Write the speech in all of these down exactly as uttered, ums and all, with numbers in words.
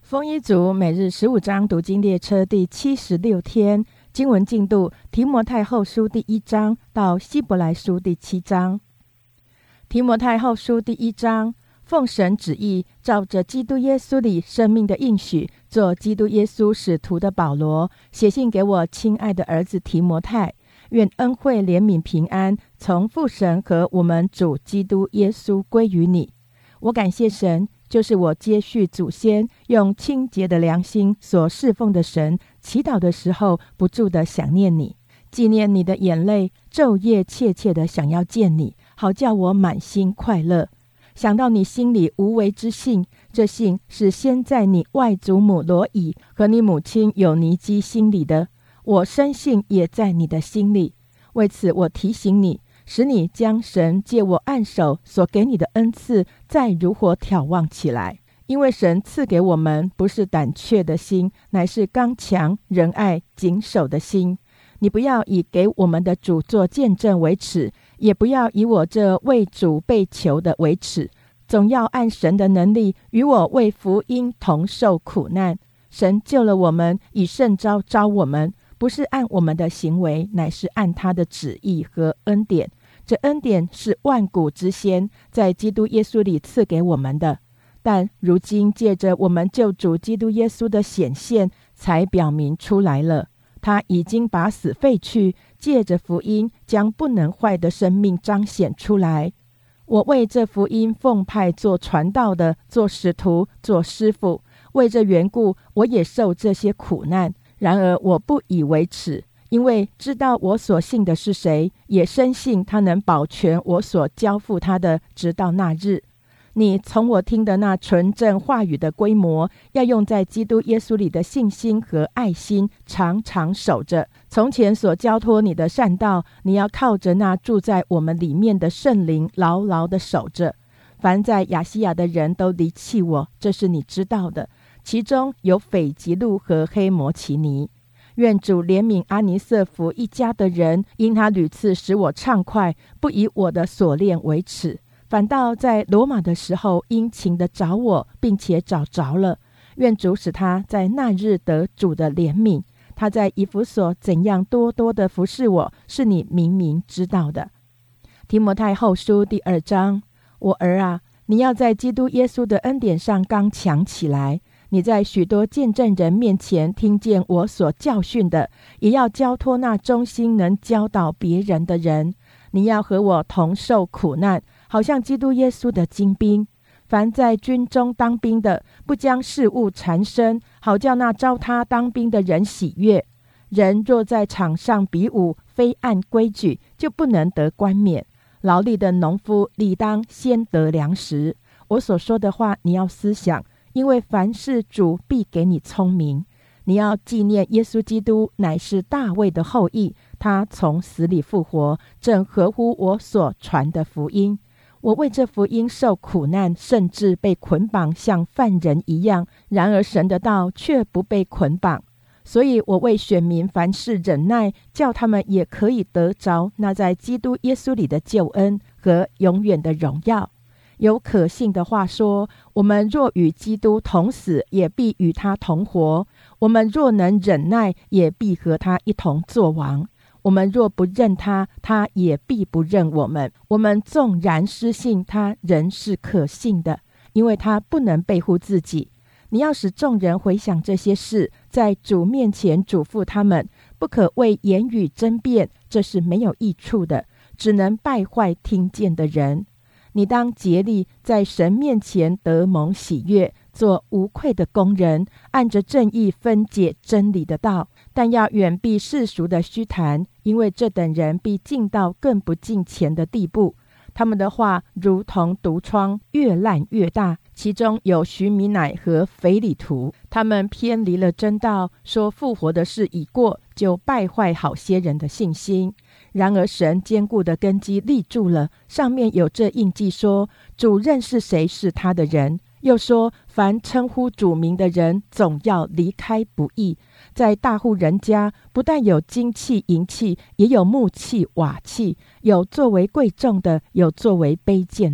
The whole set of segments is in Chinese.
丰一族每日十五章读经列车第七十六天，经文进度提摩太后书第一章到希伯来书第七章。提摩太后书第一章，奉神旨意，照着基督耶稣里生命的应许，做基督耶稣使徒的保罗，写信给我亲爱的儿子提摩太，愿恩惠、怜悯、平安从父神和我们主基督耶稣归于你。我感谢神，就是我接续祖先用清洁的良心所侍奉的神，祈祷的时候不住地想念你，纪念你的眼泪，昼夜切切地想要见你，好叫我满心快乐。想到你心里无为之信，这信是先在你外祖母罗以和你母亲有尼基心里的，我深信也在你的心里。为此我提醒你，使你将神借我按手所给你的恩赐再如火挑旺起来。因为神赐给我们不是胆怯的心，乃是刚强、仁爱、谨守的心。你不要以给我们的主做见证为耻，也不要以我这为主被囚的为耻，总要按神的能力与我为福音同受苦难。神救了我们，以圣召召我们，不是按我们的行为，乃是按他的旨意和恩典。这恩典是万古之先，在基督耶稣里赐给我们的，但如今借着我们救主基督耶稣的显现，才表明出来了。他已经把死废去，借着福音将不能坏的生命彰显出来。我为这福音奉派做传道的，做使徒，做师傅，为这缘故我也受这些苦难。然而我不以为耻，因为知道我所信的是谁，也深信他能保全我所交付他的，直到那日。你从我听的那纯正话语的规模，要用在基督耶稣里的信心和爱心，常常守着。从前所交托你的善道，你要靠着那住在我们里面的圣灵，牢牢地守着。凡在亚细亚的人都离弃我，这是你知道的，其中有斐吉路和黑摩奇尼。愿主怜悯阿尼瑟弗一家的人，因他屡次使我畅快，不以我的锁链为耻，反倒在罗马的时候殷勤地找我，并且找着了。愿主使他在那日得主的怜悯。他在以弗所怎样多多地服侍我，是你明明知道的。提摩太后书第二章，我儿啊，你要在基督耶稣的恩典上刚强起来。你在许多见证人面前听见我所教训的，也要交托那忠心能教导别人的人。你要和我同受苦难，好像基督耶稣的精兵。凡在军中当兵的，不将事物缠身，好叫那招他当兵的人喜悦。人若在场上比武，非按规矩，就不能得冠冕。劳力的农夫理当先得粮食。我所说的话，你要思想，因为凡事主必给你聪明。你要纪念耶稣基督乃是大卫的后裔，他从死里复活，正合乎我所传的福音。我为这福音受苦难，甚至被捆绑，像犯人一样。然而神的道却不被捆绑。所以我为选民凡事忍耐，叫他们也可以得着那在基督耶稣里的救恩和永远的荣耀。有可信的话说，我们若与基督同死，也必与他同活；我们若能忍耐，也必和他一同作王。我们若不认他，他也必不认我们。我们纵然失信，他仍是可信的，因为他不能背乎自己。你要使众人回想这些事，在主面前嘱咐他们，不可为言语争辩，这是没有益处的，只能败坏听见的人。你当竭力在神面前得蒙喜悦，做无愧的工人，按着正义分解真理的道，但要远避世俗的虚谈，因为这等人必进到更不敬虔的地步。他们的话如同毒疮，越烂越大，其中有徐米乃和腓里图，他们偏离了真道，说复活的事已过，就败坏好些人的信心。然而神坚固的根基立住了，上面有这印记说，主认识谁是他的人。又说，凡称呼主名的人，总要离开不义。在大户人家，不但有金器银器，也有木器瓦器，有作为贵重的，有作为卑贱的。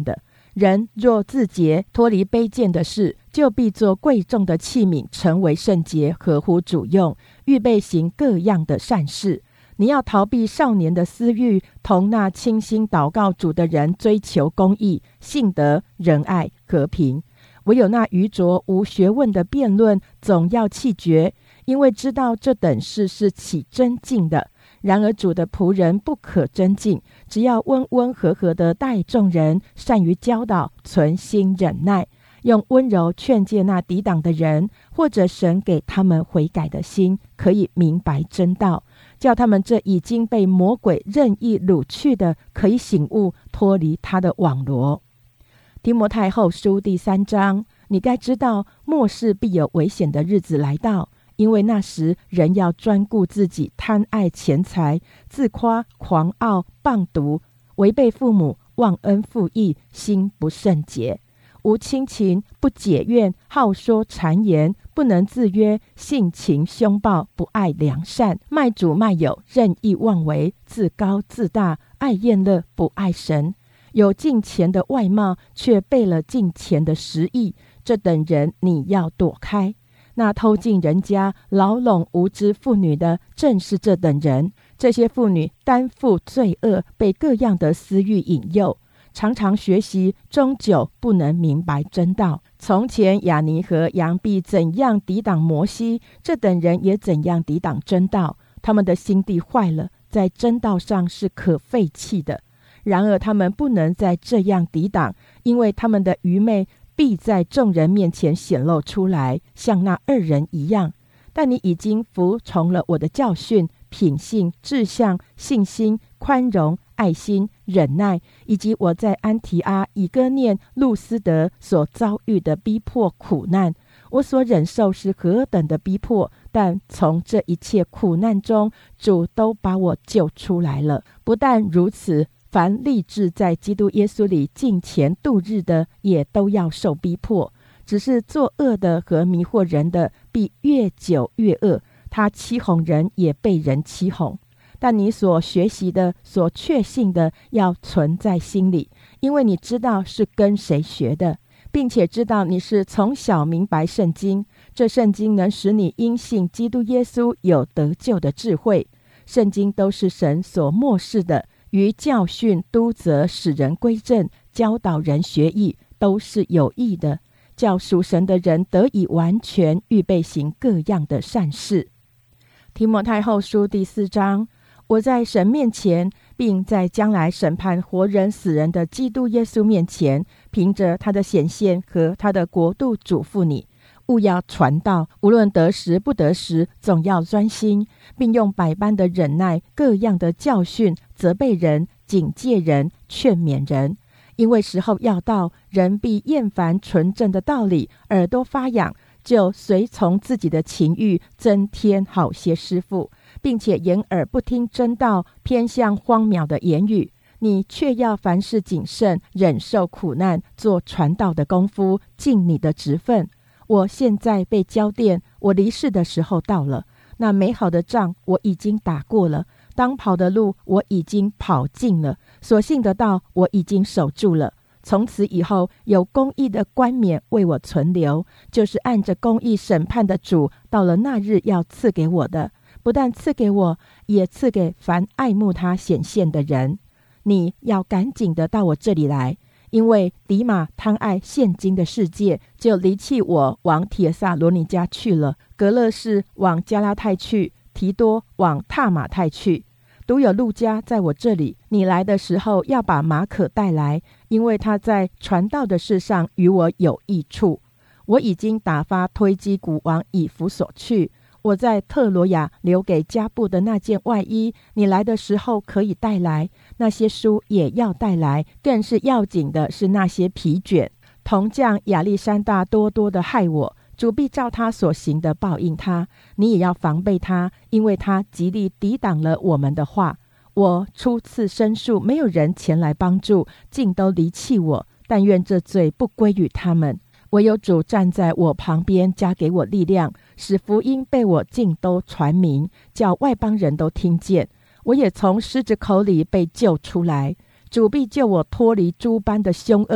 人若自洁，脱离卑贱的事，就必做贵重的器皿，成为圣洁，合乎主用，预备行各样的善事。你要逃避少年的私欲，同那倾心祷告主的人追求公义、信德、仁爱、和平。唯有那愚拙无学问的辩论，总要弃绝，因为知道这等事是起争竞的。然而主的仆人不可争竞，只要温温和和地待众人，善于教导，存心忍耐，用温柔劝诫那抵挡的人，或者神给他们悔改的心，可以明白真道，叫他们这已经被魔鬼任意掳去的，可以醒悟，脱离他的网罗。提摩太后书第三章，你该知道末世必有危险的日子来到，因为那时人要专顾自己，贪爱钱财，自夸，狂傲，谤毒，违背父母，忘恩负义，心不圣洁，无亲情，不解怨，好说谗言，不能自约，性情凶暴，不爱良善，卖主卖友，任意妄为，自高自大，爱宴乐，不爱神，有敬钱的外貌，却背了敬钱的实意，这等人你要躲开。那偷进人家，牢笼无知妇女的，正是这等人。这些妇女担负罪恶，被各样的私欲引诱，常常学习，终究不能明白真道。从前亚尼和杨毕怎样抵挡摩西，这等人也怎样抵挡真道。他们的心地坏了，在真道上是可废弃的。然而他们不能再这样抵挡，因为他们的愚昧必在众人面前显露出来，像那二人一样。但你已经服从了我的教训、品性、志向、信心、宽容、爱心、忍耐，以及我在安提阿、以哥念、路斯德所遭遇的逼迫苦难。我所忍受是何等的逼迫，但从这一切苦难中，主都把我救出来了。不但如此，凡立志在基督耶稣里敬虔度日的，也都要受逼迫。只是作恶的和迷惑人的，必越久越恶。他欺哄人，也被人欺哄。但你所学习的、所确信的，要存在心里，因为你知道是跟谁学的，并且知道你是从小明白圣经。这圣经能使你因信基督耶稣有得救的智慧。圣经都是神所默示的，于教训、督责、使人归正、教导人学义，都是有益的，叫属神的人得以完全，预备行各样的善事。提摩太后书第四章，我在神面前，并在将来审判活人死人的基督耶稣面前，凭着他的显现和他的国度嘱咐你，务要传道，无论得时不得时，总要专心，并用百般的忍耐，各样的教训，责备人，警戒人，劝勉人。因为时候要到，人必厌烦纯正的道理，耳朵发痒，就随从自己的情欲，增添好些师傅，并且掩耳不听真道，偏向荒谬的言语。你却要凡事谨慎，忍受苦难，做传道的功夫，尽你的职分。我现在被交奠，我离世的时候到了。那美好的仗我已经打过了，当跑的路我已经跑尽了，所信的道我已经守住了。从此以后，有公义的冠冕为我存留，就是按着公义审判的主，到了那日要赐给我的，不但赐给我，也赐给凡爱慕他显现的人。你要赶紧的到我这里来，因为迪马贪爱现今的世界，就离弃我，往帖撒罗尼迦去了。格勒士往加拉太去，提多往塔马太去。独有路加在我这里，你来的时候要把马可带来，因为他在传道的事上与我有益处。我已经打发推基古往以弗所去。我在特罗亚留给加布的那件外衣，你来的时候可以带来。那些书也要带来，更是要紧的是那些皮卷。铜匠亚历山大多多的害我，主必照他所行的报应他。你也要防备他，因为他极力抵挡了我们的话。我初次申诉，没有人前来帮助，尽都离弃我。但愿这罪不归于他们。唯有主站在我旁边，加给我力量，使福音被我尽都传明，叫外邦人都听见。我也从狮子口里被救出来。主必救我脱离诸般的凶恶，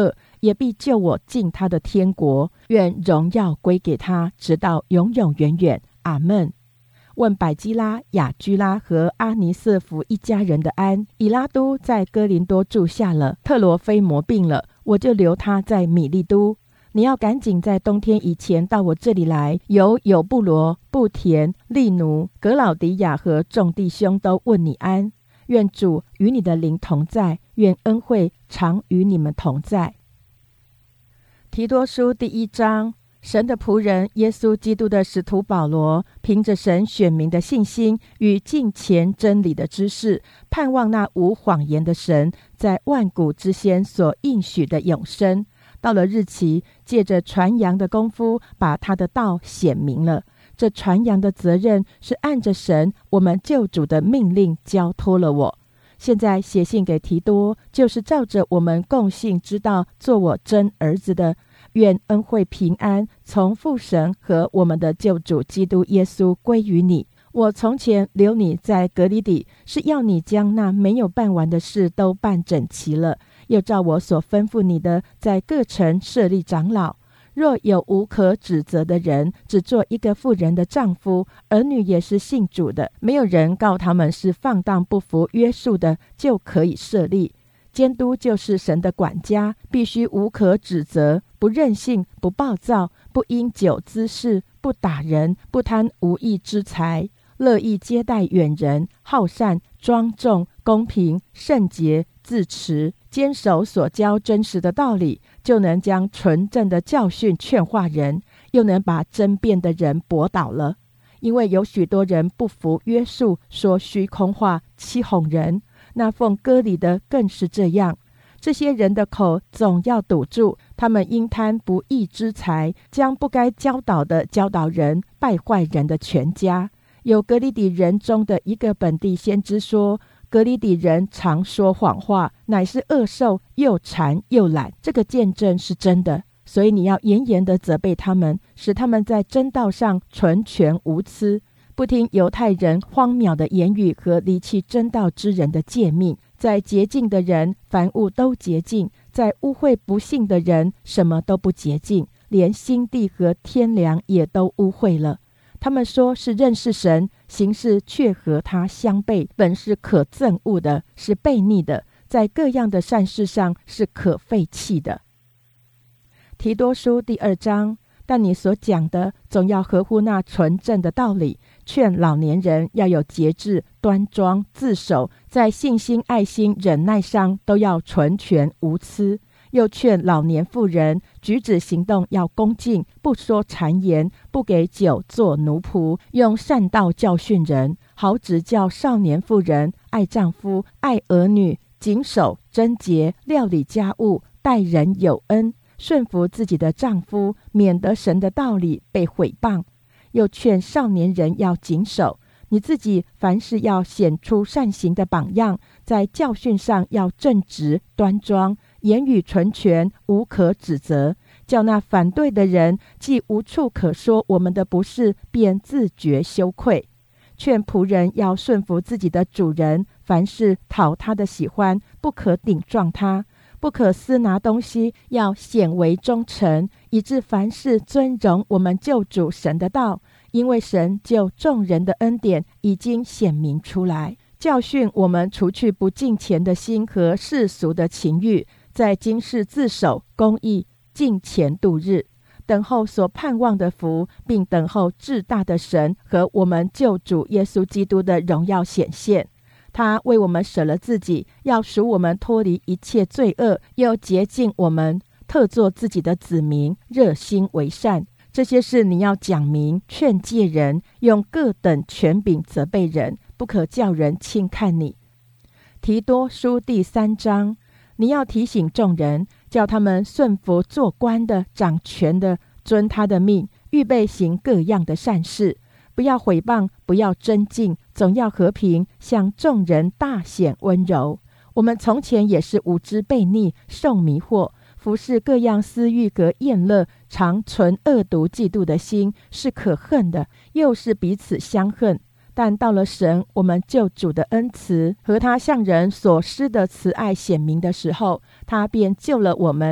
也必救我进他的天国。愿荣耀归给他，直到永永远远。阿们。问百基拉、雅居拉和阿尼瑟弗一家人的安。以拉都在哥林多住下了，特罗菲摩病了，我就留他在米利都。你要赶紧在冬天以前到我这里来。有有布罗、布田、利奴、格老迪亚和众弟兄都问你安。愿主与你的灵同在，愿恩惠常与你们同在。提多书第一章。神的仆人耶稣基督的使徒保罗，凭着神选民的信心与敬虔真理的知识，盼望那无谎言的神在万古之先所应许的永生，到了日期，借着传扬的功夫，把他的道显明了。这传扬的责任是按着神我们救主的命令交托了我。现在写信给提多，就是照着我们共信之道做我真儿子的。愿恩惠平安从父神和我们的救主基督耶稣归于你。我从前留你在革哩底，是要你将那没有办完的事都办整齐了，又照我所吩咐你的，在各城设立长老。若有无可指责的人，只做一个妇人的丈夫，儿女也是信主的，没有人告他们是放荡不服约束的，就可以设立。监督就是神的管家，必须无可指责，不任性，不暴躁，不因酒滋事，不打人，不贪无义之财，乐意接待远人，好善，庄重，公平，圣洁，自持，坚守所教真实的道理，就能将纯正的教训劝化人，又能把争辩的人驳倒了。因为有许多人不服约束，说虚空话，欺哄人。那奉割礼的更是这样。这些人的口总要堵住，他们因贪不义之财，将不该教导的教导人，败坏人的全家。有革哩底人中的一个本地先知说，革哩底人常说谎话，乃是恶兽，又馋又懒。这个见证是真的，所以你要严严地责备他们，使他们在真道上纯全无疵，不听犹太人荒谬的言语和离弃真道之人的诫命。在洁净的人，凡物都洁净；在污秽不信的人，什么都不洁净，连心地和天良也都污秽了。他们说是认识神，行事却和他相悖，本是可憎恶的，是悖逆的，在各样的善事上是可废弃的。提多书第二章。但你所讲的总要合乎那纯正的道理，劝老年人要有节制、端庄、自守，在信心、爱心、忍耐上都要纯全无疵。又劝老年妇人举止行动要恭敬，不说谗言，不给酒做奴仆，用善道教训人，好指教少年妇人爱丈夫、爱儿女，谨守贞洁，料理家务，待人有恩，顺服自己的丈夫，免得神的道理被毁谤。又劝少年人要谨守，你自己凡事要显出善行的榜样，在教训上要正直端庄，言语纯全，无可指责，叫那反对的人既无处可说我们的不是，便自觉羞愧。劝仆人要顺服自己的主人，凡事讨他的喜欢，不可顶撞他，不可私拿东西，要显为忠诚，以致凡事尊荣我们救主神的道。因为神就众人的恩典已经显明出来，教训我们除去不敬虔的心和世俗的情欲，在今世自守公义，敬虔度日，等候所盼望的福，并等候至大的神和我们救主耶稣基督的荣耀显现。他为我们舍了自己，要赎我们脱离一切罪恶，又洁净我们，特作自己的子民，热心为善。这些事你要讲明，劝诫人，用各等权柄责备人，不可叫人轻看你。提多书第三章。你要提醒众人，叫他们顺服做官的、掌权的，遵他的命，预备行各样的善事，不要毁谤，不要争竞，总要和平，向众人大显温柔。我们从前也是无知悖逆，受迷惑，服侍各样私欲和厌乐，常存恶毒嫉妒的心，是可恨的，又是彼此相恨。但到了神我们救主的恩慈和他向人所施的慈爱显明的时候，他便救了我们，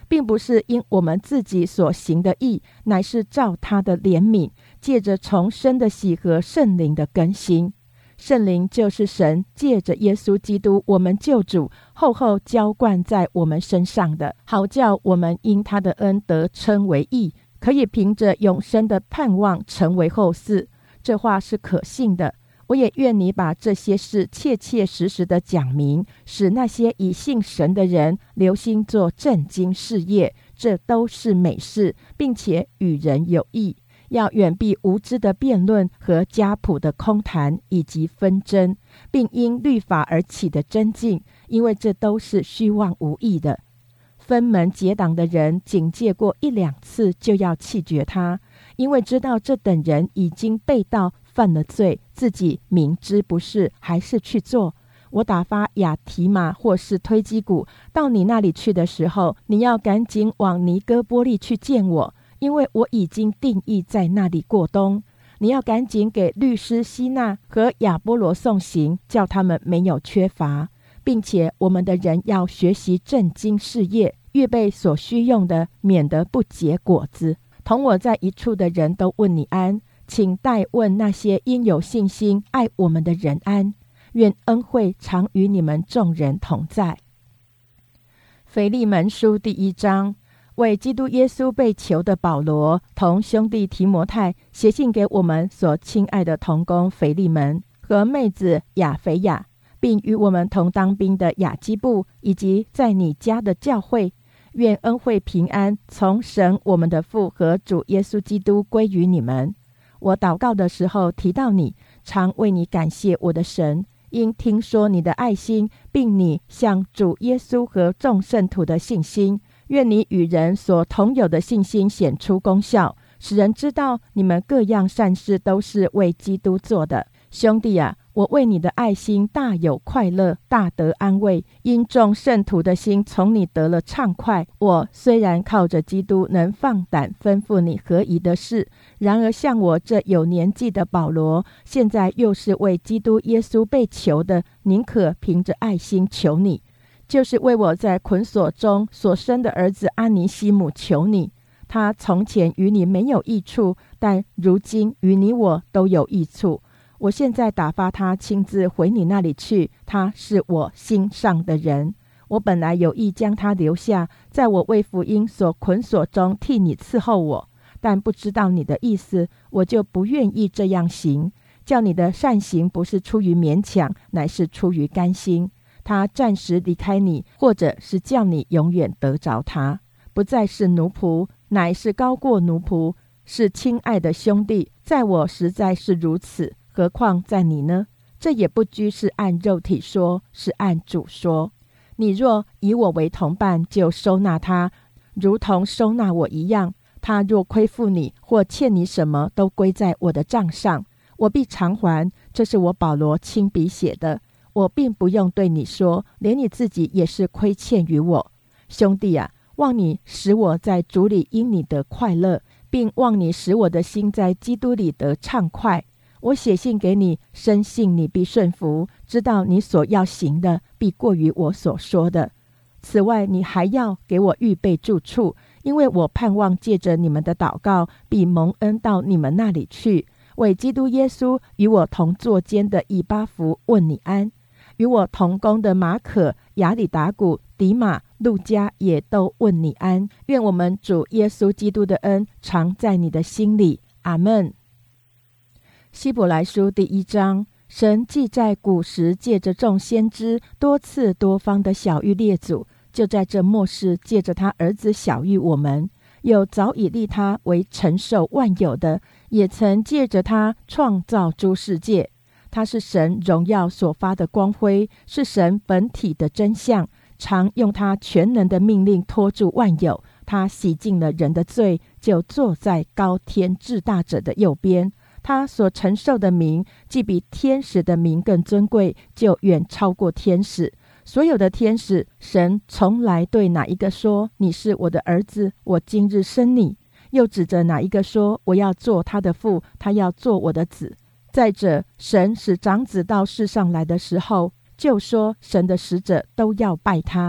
并不是因我们自己所行的义，乃是照他的怜悯，借着重生的喜和圣灵的更新。圣灵就是神借着耶稣基督我们救主厚厚浇灌在我们身上的，好叫我们因他的恩得称为义，可以凭着永生的盼望成为后嗣。这话是可信的。我也愿你把这些事切切实实的讲明，使那些以信神的人留心做正经事业，这都是美事，并且与人有益。要远避无知的辩论和家谱的空谈以及纷争，并因律法而起的争竞，因为这都是虚妄无益的。分门结党的人警戒过一两次，就要弃绝他，因为知道这等人已经被盗，犯了罪，自己明知不是，还是去做。我打发亚提马或是推基古到你那里去的时候，你要赶紧往尼哥波利去见我，因为我已经定义在那里过冬。你要赶紧给律师希纳和亚波罗送行，叫他们没有缺乏，并且我们的人要学习正经事业，预备所需用的，免得不结果子。同我在一处的人都问你安，请代问那些因有信心爱我们的人安。愿恩惠常与你们众人同在。腓利门书第一章，为基督耶稣被囚的保罗同兄弟提摩太写信给我们所亲爱的同工腓利门和妹子亚腓亚，并与我们同当兵的亚基布，以及在你家的教会。愿恩惠平安从神我们的父和主耶稣基督归于你们。我祷告的时候提到你，常为你感谢我的神，因听说你的爱心，并你向主耶稣和众圣徒的信心。愿你与人所同有的信心显出功效，使人知道你们各样善事都是为基督做的。兄弟啊，我为你的爱心大有快乐，大得安慰，因众圣徒的心从你得了畅快。我虽然靠着基督能放胆吩咐你合宜的事，然而像我这有年纪的保罗，现在又是为基督耶稣被囚的，宁可凭着爱心求你，就是为我在捆锁中所生的儿子阿尼西姆求你。他从前与你没有益处，但如今与你我都有益处。我现在打发他亲自回你那里去，他是我心上的人。我本来有意将他留下，在我为福音所捆锁中替你伺候我，但不知道你的意思，我就不愿意这样行，叫你的善行不是出于勉强，乃是出于甘心。他暂时离开你，或者是叫你永远得着他，不再是奴仆，乃是高过奴仆，是亲爱的兄弟。在我实在是如此，何况在你呢？这也不拘是按肉体说，是按主说。你若以我为同伴，就收纳他，如同收纳我一样。他若亏负你，或欠你什么，都归在我的账上，我必偿还。这是我保罗亲笔写的，我并不用对你说，连你自己也是亏欠于我。兄弟啊，望你使我在主里因你得快乐，并望你使我的心在基督里得畅快。我写信给你，深信你必顺服，知道你所要行的必过于我所说的。此外，你还要给我预备住处，因为我盼望借着你们的祷告，必蒙恩到你们那里去。为基督耶稣与我同坐监的以巴弗问你安，与我同工的马可、亚里达古、迪马、路加也都问你安。愿我们主耶稣基督的恩常在你的心里。阿们。希伯来书第一章，神既在古时借着众先知多次多方的晓谕列祖，就在这末世借着他儿子晓谕我们，又早已立他为承受万有的，也曾借着他创造诸世界。他是神荣耀所发的光辉，是神本体的真相，常用他全能的命令托住万有。他洗净了人的罪，就坐在高天至大者的右边。他所承受的名，既比天使的名更尊贵，就远超过天使。所有的天使，神从来对哪一个说，你是我的儿子，我今日生你，又指着哪一个说，我要做他的父，他要做我的子。再者，神使长子到世上来的时候，就说神的使者都要拜他。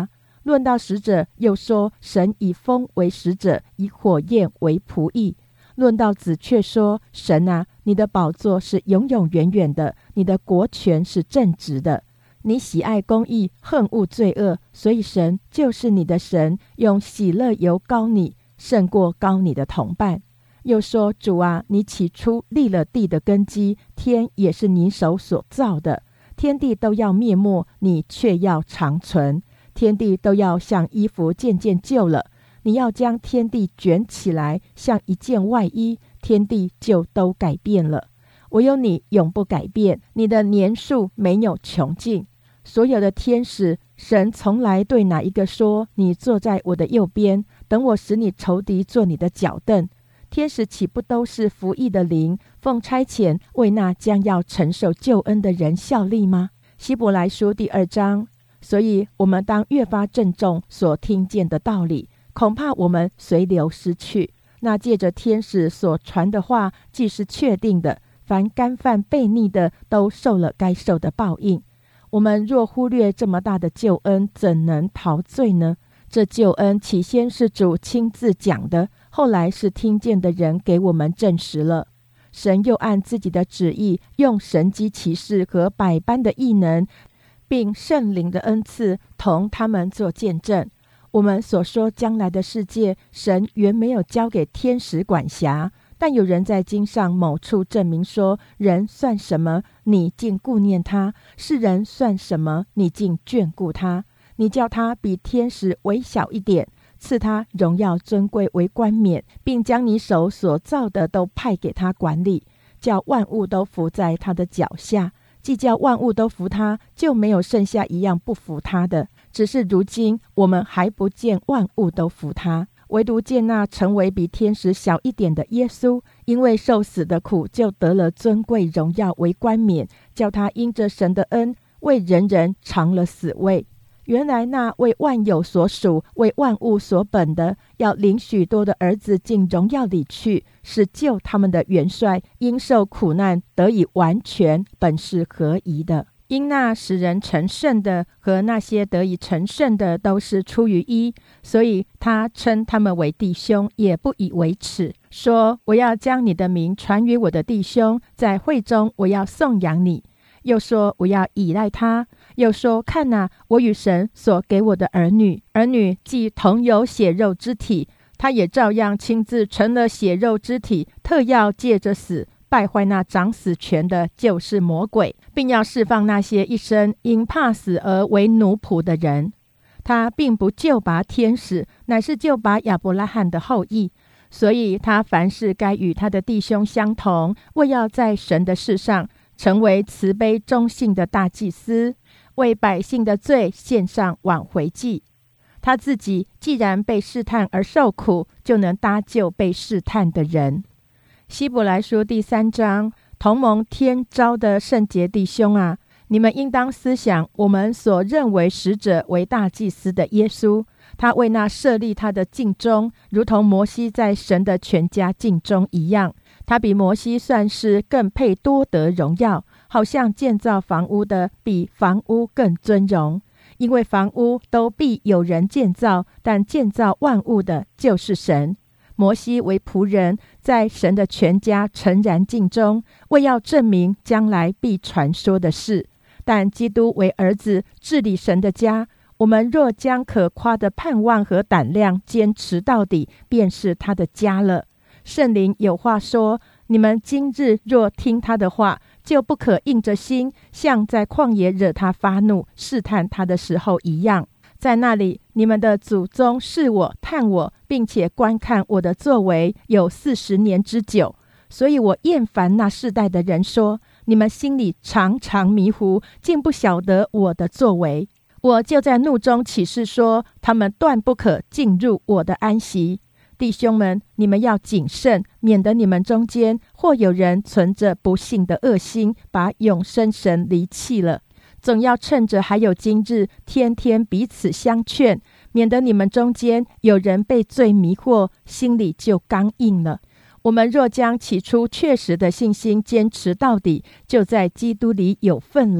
论到使者，又说神以风为使者，以火焰为仆役。论到子，却说神啊，你的宝座是永永远远的，你的国权是正直的，你喜爱公义，恨恶罪恶，所以神就是你的神，用喜乐油膏你，胜过膏你的同伴。又说主啊，你起初立了地的根基，天也是你手所造的，天地都要灭没，你却要长存，天地都要像衣服渐渐旧了，你要将天地卷起来，像一件外衣，天地就都改变了。唯有你永不改变，你的年数没有穷尽。所有的天使，神从来对哪一个说，你坐在我的右边，等我使你仇敌做你的脚凳？天使岂不都是服役的灵，奉差遣为那将要承受救恩的人效力吗？希伯来书第二章。所以我们当越发郑重所听见的道理，恐怕我们随流失去。那借着天使所传的话，既是确定的，凡干犯悖逆的，都受了该受的报应。我们若忽略这么大的救恩，怎能逃罪呢？这救恩起先是主亲自讲的，后来是听见的人给我们证实了。神又按自己的旨意，用神迹奇事和百般的异能，并圣灵的恩赐，同他们做见证。我们所说将来的世界，神原没有交给天使管辖，但有人在经上某处证明说，人算什么，你竟顾念他；是人算什么，你竟眷顾他。你叫他比天使微小一点，赐他荣耀尊贵为冠冕，并将你手所造的都派给他管理，叫万物都服在他的脚下。既叫万物都服他，就没有剩下一样不服他的。只是如今我们还不见万物都服他，唯独见那成为比天使小一点的耶稣，因为受死的苦，就得了尊贵荣耀为冠冕，叫他因着神的恩，为人人尝了死味。原来那为万有所属，为万物所本的，要领许多的儿子进荣耀里去，使救他们的元帅因受苦难得以完全，本是合宜的。因那使人成圣的和那些得以成圣的都是出于一，所以他称他们为弟兄，也不以为耻，说我要将你的名传于我的弟兄，在会中我要颂扬你。又说我要倚赖他，又说看哪，我与神所给我的儿女，儿女既同有血肉之体，他也照样亲自成了血肉之体，特要借着死败坏那掌死权的，就是魔鬼，并要释放那些一生因怕死而为奴仆的人。他并不救拔天使，乃是救拔亚伯拉罕的后裔，所以他凡事该与他的弟兄相同，为要在神的事上成为慈悲忠信的大祭司，为百姓的罪献上挽回祭。他自己既然被试探而受苦，就能搭救被试探的人。希伯来书第三章。同蒙天召的圣洁弟兄啊，你们应当思想我们所认为使者为大祭司的耶稣，他为那设立他的尽忠，如同摩西在神的全家尽忠一样。他比摩西算是更配多得荣耀，好像建造房屋的比房屋更尊荣。因为房屋都必有人建造，但建造万物的就是神。摩西为仆人，在神的全家诚然尽忠，为要证明将来必传说的事。但基督为儿子，治理神的家。我们若将可夸的盼望和胆量坚持到底，便是他的家了。圣灵有话说，你们今日若听他的话，就不可硬着心，像在旷野惹他发怒试探他的时候一样。在那里，你们的祖宗试我探我，并且观看我的作为，有四十年之久。所以我厌烦那世代的人说，你们心里常常迷糊，竟不晓得我的作为。我就在怒中起誓说，他们断不可进入我的安息。弟兄们，你们要谨慎，免得你们中间或有人存着不信的恶心，把永生神离弃了。总要趁着还有今日，天天彼此相劝，免得你们中间有人被罪迷惑，心里就刚硬了。我们若将起初确实的信心坚持到底，就在基督里有份了。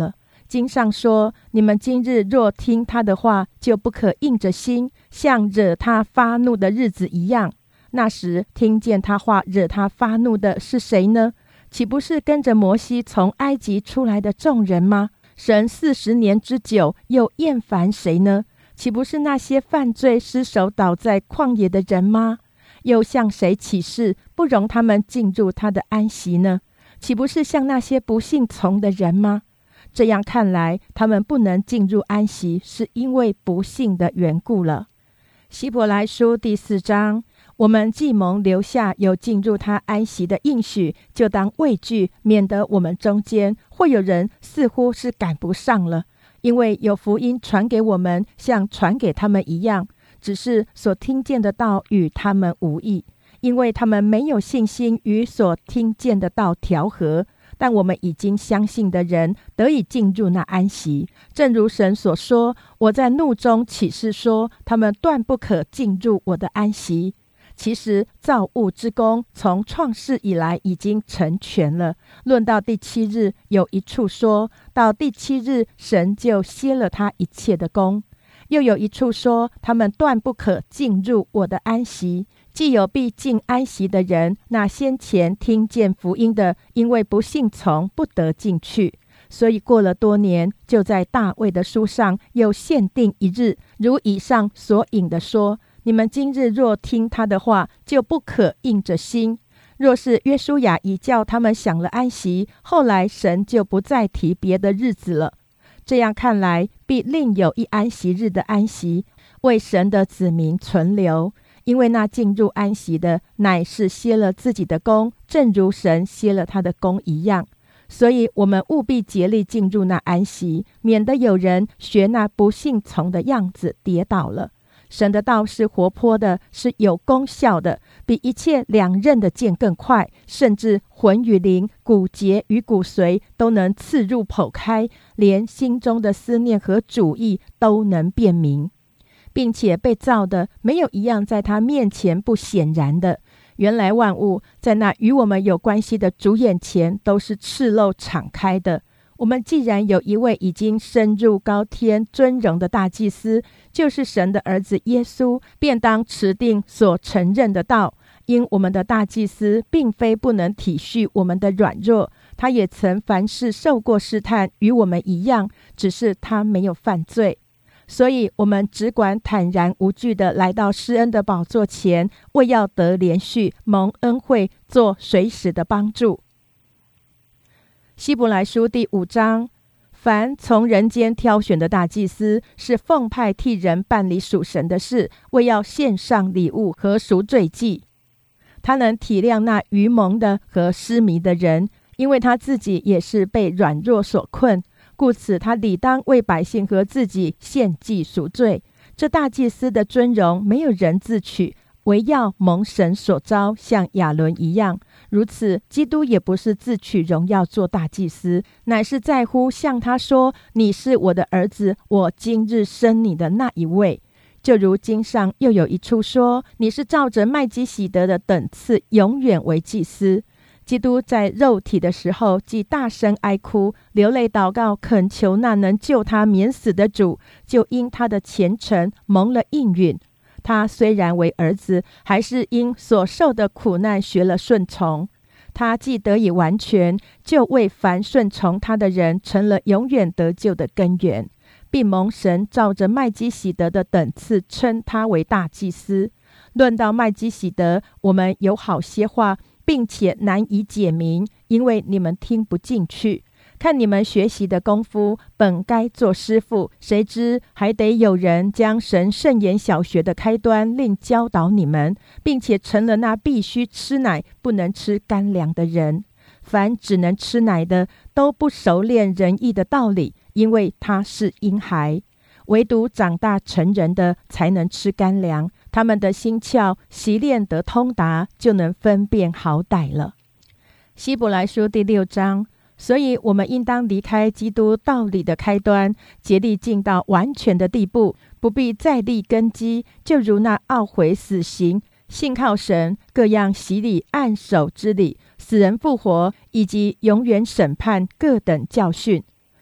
经上说，你们今日若听他的话，就不可硬着心，像惹他发怒的日子一样。那时听见他话惹他发怒的是谁呢？岂不是跟着摩西从埃及出来的众人吗？神四十年之久，又厌烦谁呢？岂不是那些犯罪失手倒在旷野的人吗？又向谁起誓，不容他们进入他的安息呢？岂不是向那些不信从的人吗？这样看来，他们不能进入安息，是因为不信的缘故了。希伯来书第四章，我们既蒙留下有进入他安息的应许，就当畏惧，免得我们中间会有人似乎是赶不上了。因为有福音传给我们，像传给他们一样，只是所听见的道与他们无异，因为他们没有信心与所听见的道调和。但我们已经相信的人得以进入那安息，正如神所说，我在怒中起誓说，他们断不可进入我的安息。其实造物之功从创世以来已经成全了。论到第七日，有一处说到第七日，神就歇了他一切的功。又有一处说，他们断不可进入我的安息。既有必进安息的人，那先前听见福音的，因为不信从，不得进去。所以过了多年，就在大卫的书上又限定一日，如以上所引的说，你们今日若听他的话，就不可硬着心。若是约书亚已叫他们享了安息，后来神就不再提别的日子了。这样看来，必另有一安息日的安息，为神的子民存留。因为那进入安息的，乃是歇了自己的功，正如神歇了他的功一样。所以我们务必竭力进入那安息，免得有人学那不信从的样子跌倒了。神的道是活泼的，是有功效的，比一切两刃的剑更快，甚至魂与灵、骨节与骨髓都能刺入剖开，连心中的思念和主意都能辨明，并且被造的没有一样在他面前不显然的。原来万物在那与我们有关系的主眼前都是赤露敞开的。我们既然有一位已经升入高天尊荣的大祭司，就是神的儿子耶稣，便当持定所承认的道。因我们的大祭司并非不能体恤我们的软弱，他也曾凡事受过试探，与我们一样，只是他没有犯罪。所以我们只管坦然无惧地来到施恩的宝座前，为要得连续蒙恩惠，做随时的帮助。希伯来书第五章，凡从人间挑选的大祭司，是奉派替人办理属神的事，为要献上礼物和赎罪祭。他能体谅那愚蒙的和失迷的人，因为他自己也是被软弱所困，故此他理当为百姓和自己献祭赎罪。这大祭司的尊荣没有人自取，唯要蒙神所召，像亚伦一样。如此，基督也不是自取荣耀做大祭司，乃是在乎向他说，你是我的儿子，我今日生你的那一位。就如经上又有一处说，你是照着麦基洗德的等次，永远为祭司。基督在肉体的时候，既大声哀哭，流泪祷告，恳求那能救他免死的主，就因他的虔诚蒙了应允。他虽然为儿子，还是因所受的苦难学了顺从。他既得以完全，就为凡顺从他的人成了永远得救的根源，并蒙神照着麦基洗德的等次称他为大祭司。论到麦基洗德，我们有好些话，并且难以解明，因为你们听不进去。看你们学习的功夫，本该做师傅，谁知还得有人将神圣言小学的开端另教导你们，并且成了那必须吃奶不能吃干粮的人。凡只能吃奶的，都不熟练仁义的道理，因为他是婴孩。唯独长大成人的才能吃干粮，他们的心窍习练得通达，就能分辨好歹了。希伯来书第六章，所以我们应当离开基督道理的开端，竭力进到完全的地步，不必再立根基，就如那懊悔死刑、信靠神、各样洗礼按手之礼、死人复活，以及永远审判各等教训。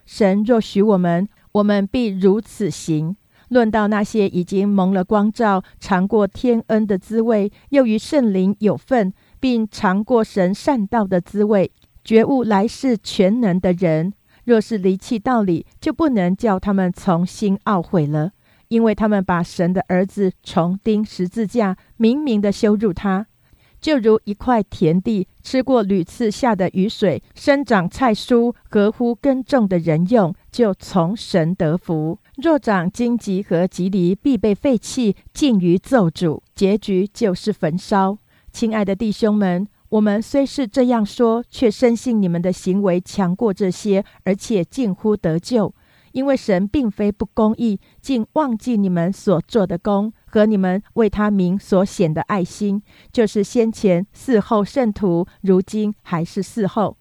神若许我们，我们必如此行。论到那些已经蒙了光照，尝过天恩的滋味，又与圣灵有份，并尝过神善道的滋味，觉悟来世全能的人，若是离弃道理，就不能叫他们从心懊悔了，因为他们把神的儿子重钉十字架，明明的羞辱他。就如一块田地，吃过屡次下的雨水，生长菜蔬，合乎耕种的人用，就从神得福。若长荆棘和棘藜，必被废弃，尽于咒诅，结局就是焚烧。亲爱的弟兄们，我们虽是这样说，却深信你们的行为强过这些，而且近乎得救。因为神并非不公义，竟忘记你们所做的工和你们为他名所显的爱心，就是先前伺候圣徒，如今还是伺候。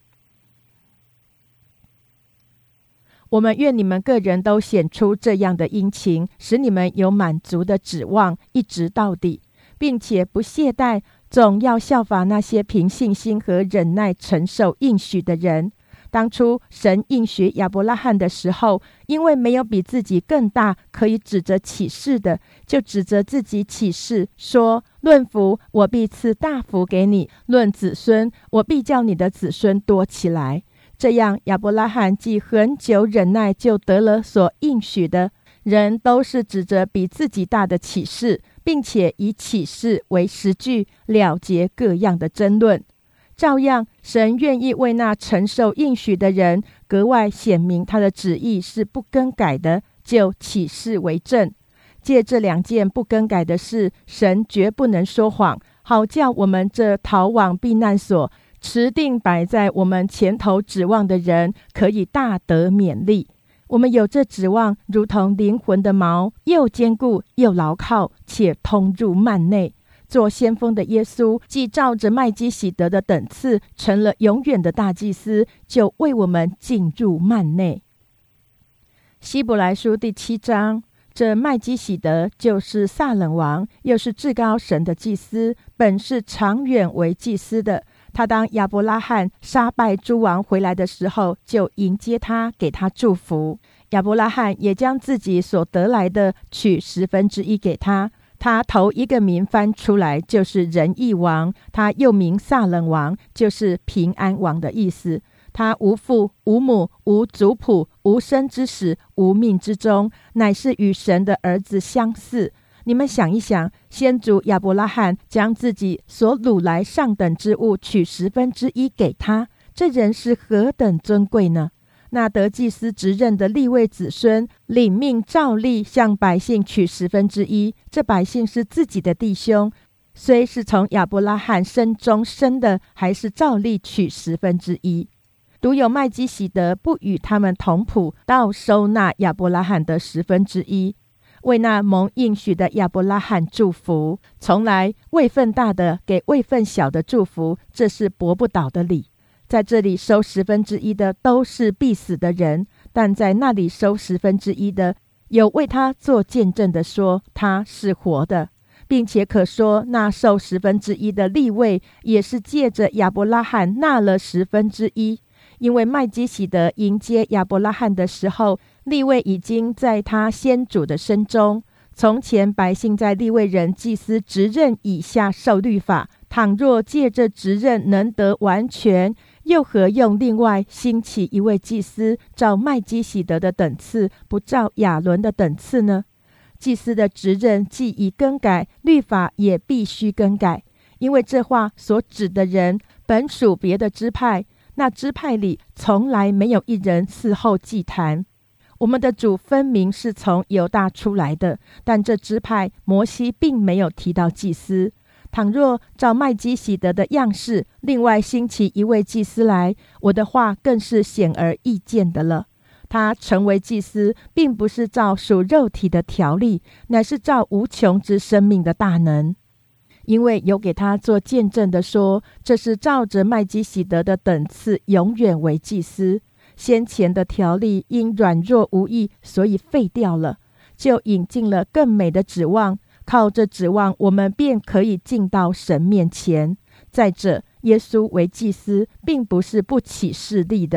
我们愿你们个人都显出这样的殷勤，使你们有满足的指望，一直到底，并且不懈怠，总要效法那些凭信心和忍耐承受应许的人。当初神应许亚伯拉罕的时候，因为没有比自己更大可以指着起誓的，就指着自己起誓说，论福，我必赐大福给你；论子孙，我必叫你的子孙多起来。这样亚伯拉罕既恒久忍耐，就得了所应许的。人都是指着比自己大的起誓，并且以起誓为实据，了结各样的争论。照样，神愿意为那承受应许的人格外显明他的旨意是不更改的，就起誓为证。借这两件不更改的事，神绝不能说谎，好叫我们这逃往避难所，持定摆在我们前头指望的人，可以大得勉励。我们有这指望，如同灵魂的锚，又坚固又牢靠，且通入幔内。做先锋的耶稣，既照着麦基洗德的等次，成了永远的大祭司，就为我们进入幔内。希伯来书第七章，这麦基洗德就是撒冷王，又是至高神的祭司，本是长远为祭司的。他当亚伯拉罕杀败诸王回来的时候，就迎接他，给他祝福。亚伯拉罕也将自己所得来的取十分之一给他。他头一个名翻出来就是仁义王，他又名撒冷王，就是平安王的意思。他无父无母无族谱无生之始无命之终，乃是与神的儿子相似。你们想一想，先祖亚伯拉罕将自己所掳来上等之物取十分之一给他，这人是何等尊贵呢？那得祭司职任的利未子孙领命照例向百姓取十分之一，这百姓是自己的弟兄，虽是从亚伯拉罕身中生的，还是照例取十分之一。独有麦基洗德不与他们同谱，倒收纳亚伯拉罕的十分之一，为那蒙应许的亚伯拉罕祝福。从来位分大的给位分小的祝福，这是驳不倒的理。在这里收十分之一的都是必死的人，但在那里收十分之一的，有为他做见证的说他是活的，并且可说那受十分之一的利未也是借着亚伯拉罕纳了十分之一。因为麦基洗德迎接亚伯拉罕的时候，利未已经在他先祖的身中。从前百姓在利未人祭司职任以下受律法，倘若借着职任能得完全，又何用另外兴起一位祭司，照麦基洗德的等次，不照亚伦的等次呢？祭司的职任既已更改，律法也必须更改。因为这话所指的人本属别的支派，那支派里从来没有一人伺候祭坛。我们的主分明是从犹大出来的，但这支派摩西并没有提到祭司。倘若照麦基洗德的样式，另外兴起一位祭司来，我的话更是显而易见的了。他成为祭司，并不是照属肉体的条例，乃是照无穷之生命的大能。因为有给他做见证的说，这是照着麦基洗德的等次，永远为祭司。先前的条例因软弱无益，所以废掉了，就引进了更美的指望。靠着指望，我们便可以进到神面前。再者，耶稣为祭司，并不是不起势力的。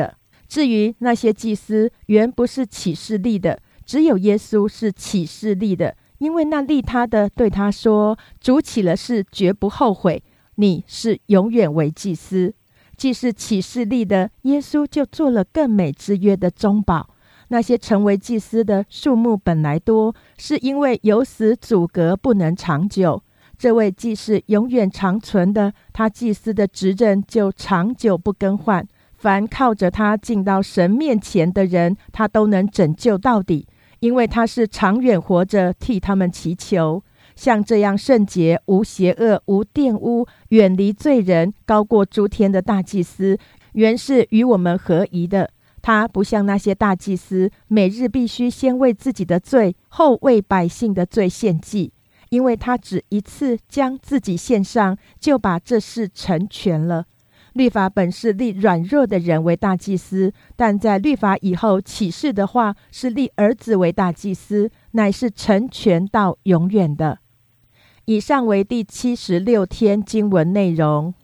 至于那些祭司，原不是起示立的，只有耶稣是起示立的，因为那立他的对他说：主起了誓，绝不后悔，你是永远为祭司。既是起示立的，耶稣就做了更美之约的中保。那些成为祭司的数目本来多，是因为有死阻隔，不能长久。这位既是永远长存的，他祭司的职任就长久不更换。凡靠着他进到神面前的人，他都能拯救到底，因为他是长远活着，替他们祈求。像这样圣洁、无邪恶、无玷污、远离罪人、高过诸天的大祭司，原是与我们合宜的。他不像那些大祭司，每日必须先为自己的罪，后为百姓的罪献祭，因为他只一次将自己献上，就把这事成全了。律法本是立软弱的人为大祭司，但在律法以后启示的话，是立儿子为大祭司，乃是成全到永远的。以上为第七十六天经文内容。